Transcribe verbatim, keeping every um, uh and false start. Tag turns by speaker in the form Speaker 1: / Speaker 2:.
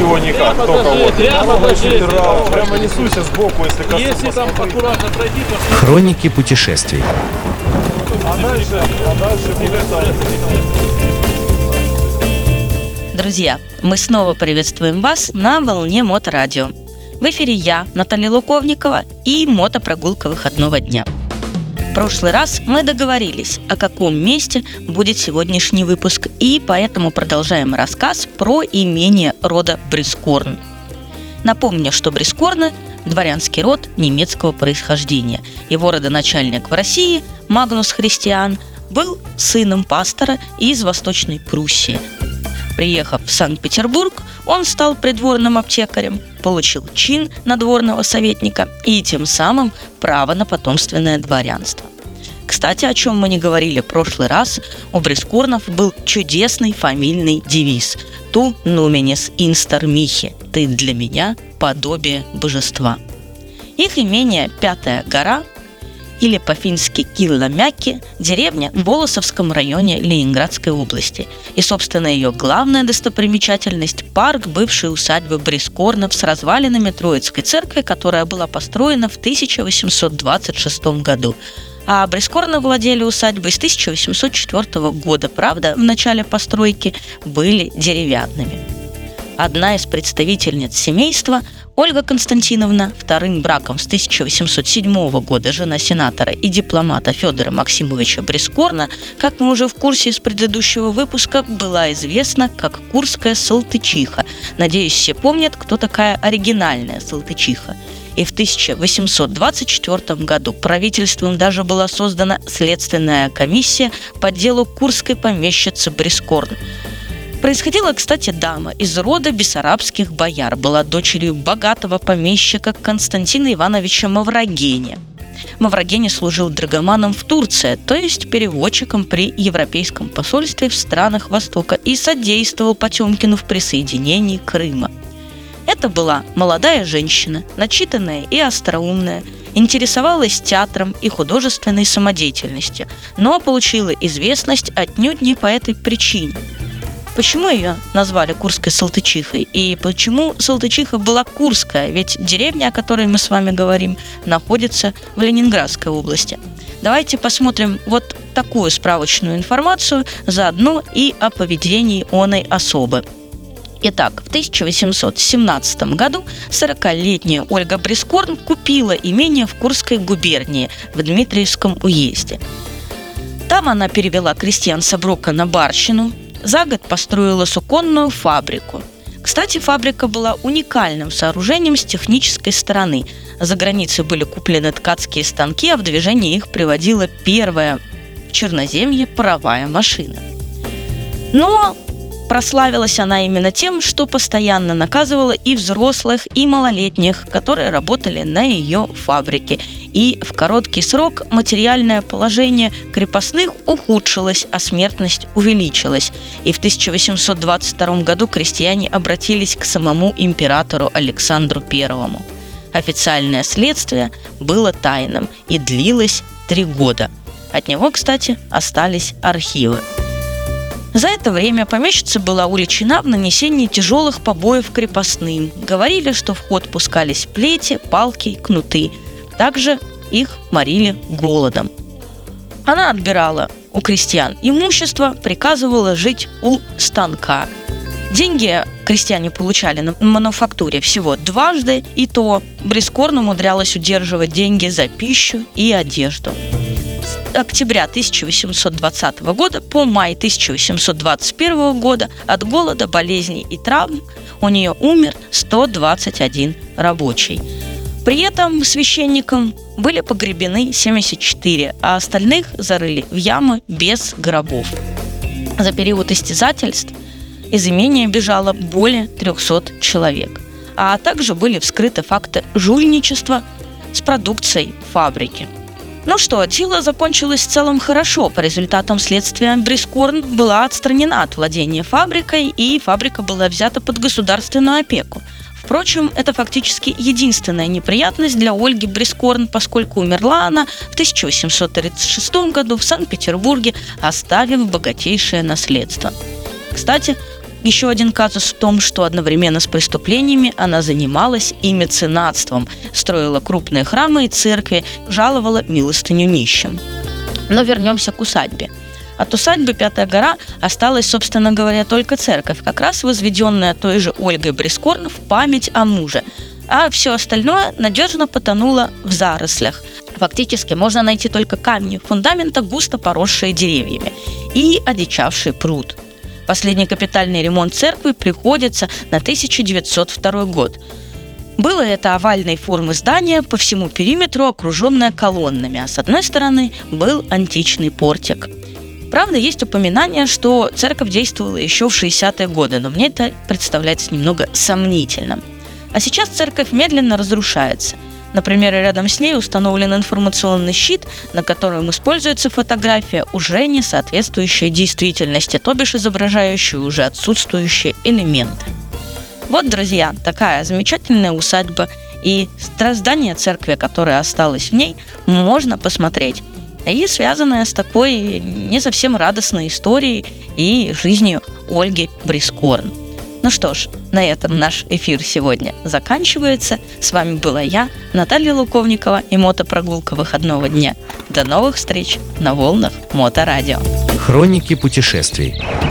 Speaker 1: его никак, только вот. Прямо, прямо несуйся сбоку, если коснусь. Если там аккуратно пройти, то...
Speaker 2: Хроники путешествий.
Speaker 1: А дальше, а дальше...
Speaker 3: Друзья, мы снова приветствуем вас на волне Моторадио. В эфире я, Наталья Луковникова, и мотопрогулка выходного дня. В прошлый раз мы договорились, о каком месте будет сегодняшний выпуск, и поэтому продолжаем рассказ про имение рода Брискорн. Напомню, что Брискорны – дворянский род немецкого происхождения. Его родоначальник в России, Магнус Христиан, был сыном пастора из Восточной Пруссии. Приехав в Санкт-Петербург, он стал придворным аптекарем, получил чин надворного советника и тем самым право на потомственное дворянство. Кстати, о чем мы не говорили в прошлый раз, у Брискорнов был чудесный фамильный девиз «Tu numenis instar mihi» – «Ты для меня подобие божества». Их имение «Пятая гора» или по-фински Килламяки, деревня в Волосовском районе Ленинградской области. И, собственно, ее главная достопримечательность – парк бывшей усадьбы Брискорнов с развалинами Троицкой церкви, которая была построена в тысяча восемьсот двадцать шестом году. А Брискорны владели усадьбой с тысяча восемьсот четвёртого года, правда, в начале постройки были деревянными. Одна из представительниц семейства, Ольга Константиновна, вторым браком с тысяча восемьсот седьмого года жена сенатора и дипломата Федора Максимовича Брискорна, как мы уже в курсе из предыдущего выпуска, была известна как Курская Салтычиха. Надеюсь, все помнят, кто такая оригинальная Салтычиха. И в тысяча восемьсот двадцать четвёртом году правительством даже была создана следственная комиссия по делу курской помещицы Брискорн. Происходила, кстати, дама из рода бессарабских бояр, была дочерью богатого помещика Константина Ивановича Маврогеня. Маврогений служил драгоманом в Турции, то есть переводчиком при Европейском посольстве в странах Востока, и содействовал Потемкину в присоединении Крыма. Это была молодая женщина, начитанная и остроумная, интересовалась театром и художественной самодеятельностью, но получила известность отнюдь не по этой причине. Почему ее назвали Курской Салтычихой? И почему Салтычиха была Курская? Ведь деревня, о которой мы с вами говорим, находится в Ленинградской области. Давайте посмотрим вот такую справочную информацию, заодно и о поведении оной особы. Итак, в тысяча восемьсот семнадцатом году сорокалетняя Ольга Брискорн купила имение в Курской губернии в Дмитриевском уезде. Там она перевела крестьян с оброка на барщину. За год построила суконную фабрику. Кстати, фабрика была уникальным сооружением с технической стороны. За границей были куплены ткацкие станки, а в движение их приводила первая в Черноземье паровая машина. Но прославилась она именно тем, что постоянно наказывала и взрослых, и малолетних, которые работали на ее фабрике. И в короткий срок материальное положение крепостных ухудшилось, а смертность увеличилась. И в тысяча восемьсот двадцать втором году крестьяне обратились к самому императору Александру Первому. Официальное следствие было тайным и длилось три года. От него, кстати, остались архивы. За это время помещица была уличена в нанесении тяжелых побоев крепостным. Говорили, что в ход пускались плети, палки, кнуты. Также их морили голодом. Она отбирала у крестьян имущество, приказывала жить у станка. Деньги крестьяне получали на мануфактуре всего дважды, и то Брискорн умудрялась удерживать деньги за пищу и одежду. С октября тысяча восемьсот двадцатого года по май тысяча восемьсот двадцать первого года от голода, болезней и травм у нее умер сто двадцать один рабочий. При этом священникам были погребены семьдесят четыре, а остальных зарыли в ямы без гробов. За период истязательств из имения бежало более трехсот человек, а также были вскрыты факты жульничества с продукцией фабрики. Ну что, дело закончилось в целом хорошо. По результатам следствия Брискорн была отстранена от владения фабрикой, и фабрика была взята под государственную опеку. Впрочем, это фактически единственная неприятность для Ольги Брискорн, поскольку умерла она в тысяча восемьсот тридцать шестом году в Санкт-Петербурге, оставив богатейшее наследство. Кстати, Еще один казус в том, что одновременно с преступлениями она занималась и меценатством, строила крупные храмы и церкви, жаловала милостыню нищим. Но вернемся к усадьбе. От усадьбы Пятая гора осталась, собственно говоря, только церковь, как раз возведенная той же Ольгой Брискорн в память о муже, а все остальное надежно потонуло в зарослях. Фактически можно найти только камни фундамента, густо поросшие деревьями, и одичавший пруд. Последний капитальный ремонт церкви приходится на тысяча девятьсот второй год. Было это овальной формы здание, по всему периметру окруженное колоннами, а с одной стороны был античный портик. Правда, есть упоминание, что церковь действовала еще в шестидесятые годы, но мне это представляется немного сомнительным. А сейчас церковь медленно разрушается. Например, рядом с ней установлен информационный щит, на котором используется фотография, уже не соответствующая действительности, то бишь изображающая уже отсутствующие элементы. Вот, друзья, такая замечательная усадьба, и здание церкви, которое осталось в ней, можно посмотреть. И связанная с такой не совсем радостной историей и жизнью Ольги Брискорн. Ну что ж, на этом наш эфир сегодня заканчивается. С вами была я, Наталья Луковникова, и мотопрогулка выходного дня. До новых встреч на волнах Моторадио.
Speaker 2: Хроники путешествий.